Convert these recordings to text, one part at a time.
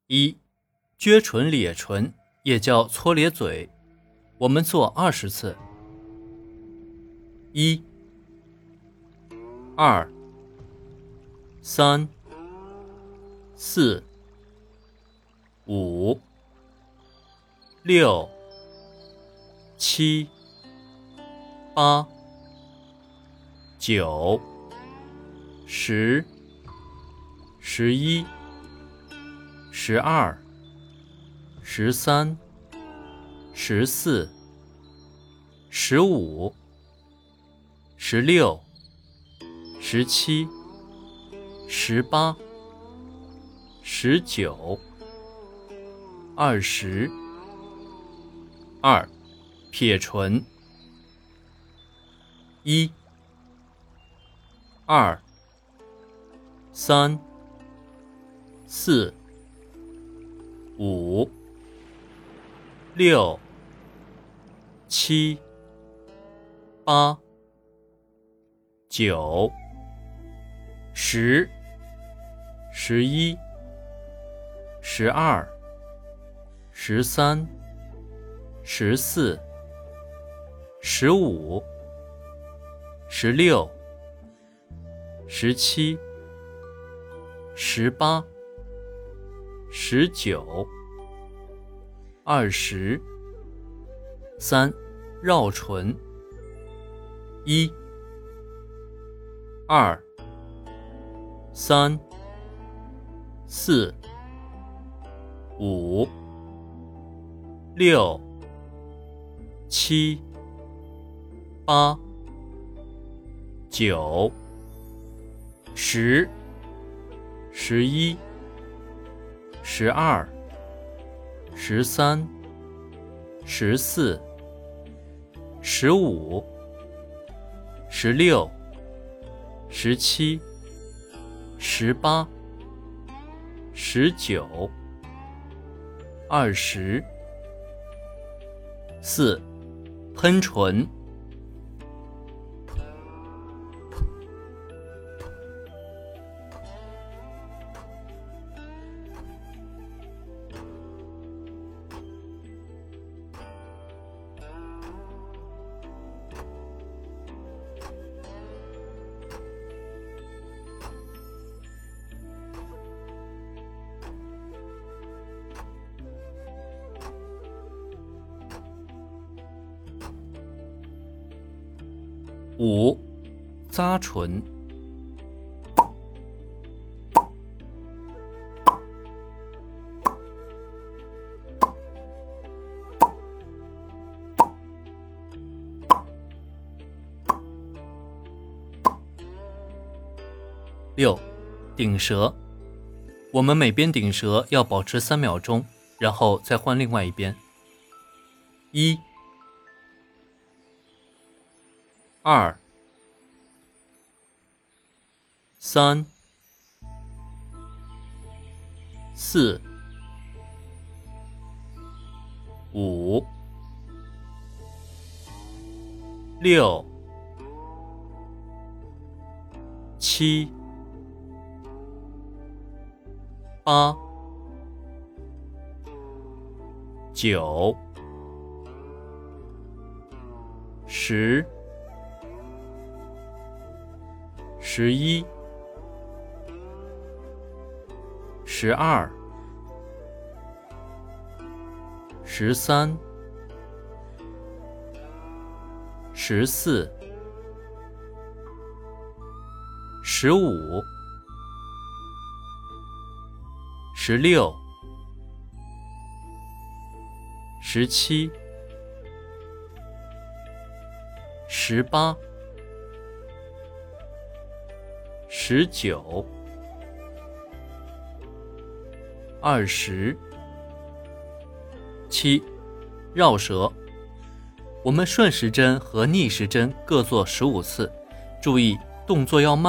一、撅唇咧唇，也叫搓咧嘴，我们做20次。1、2、3、4、5、6、7、8、9、10、11、12、13、14、15、16、17、18、19、20。2、撇唇。1、2、3、4、5、6、7、8、9、10、11、12、13、14、15、16、17、18、19、20。3、绕唇。1、2、3、4、5、6、7、8、9、10、11、12、13、14、15、16、17、18、19、20。4、喷唇。5、咂唇。6、顶舌。我们每边顶舌要保持3秒钟，然后再换另外一边。1、2、3、4、5、6、7、8、9、10、11、12、13、14、15、16、17、18、19、20。7、绕舌。我们顺时针和逆时针各做15次，注意动作要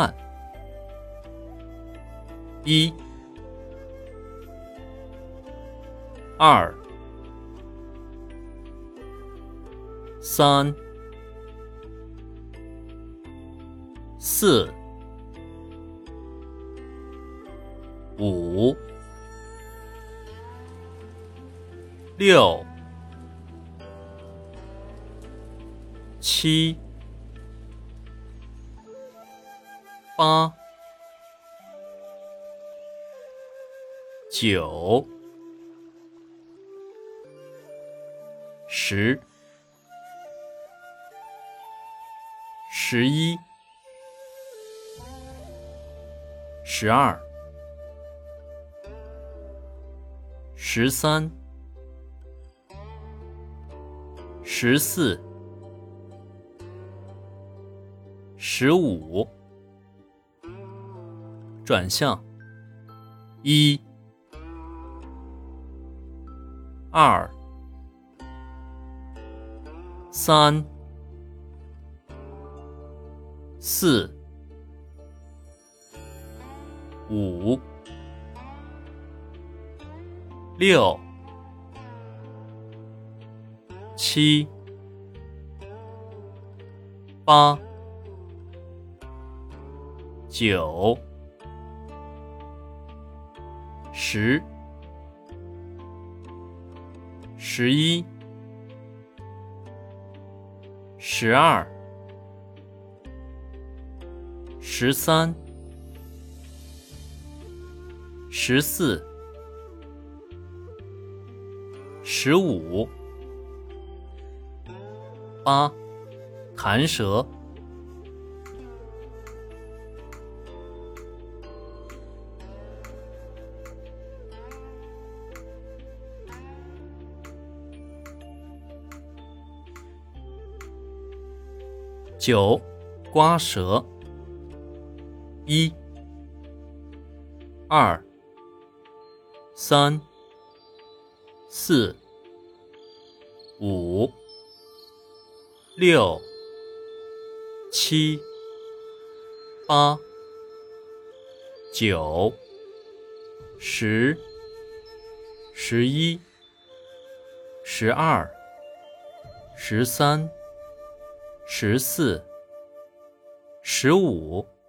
慢。1、2、3、4、5、 6、7、8、9、10、11、12、13、14、15。转向，1、2、3、4、5、6、7、8、9、10、11、12、13、14、15、8、弹舌。9、刮舌。1、2、3、4、5、6、7、8、9、10、11、12、13、14、15。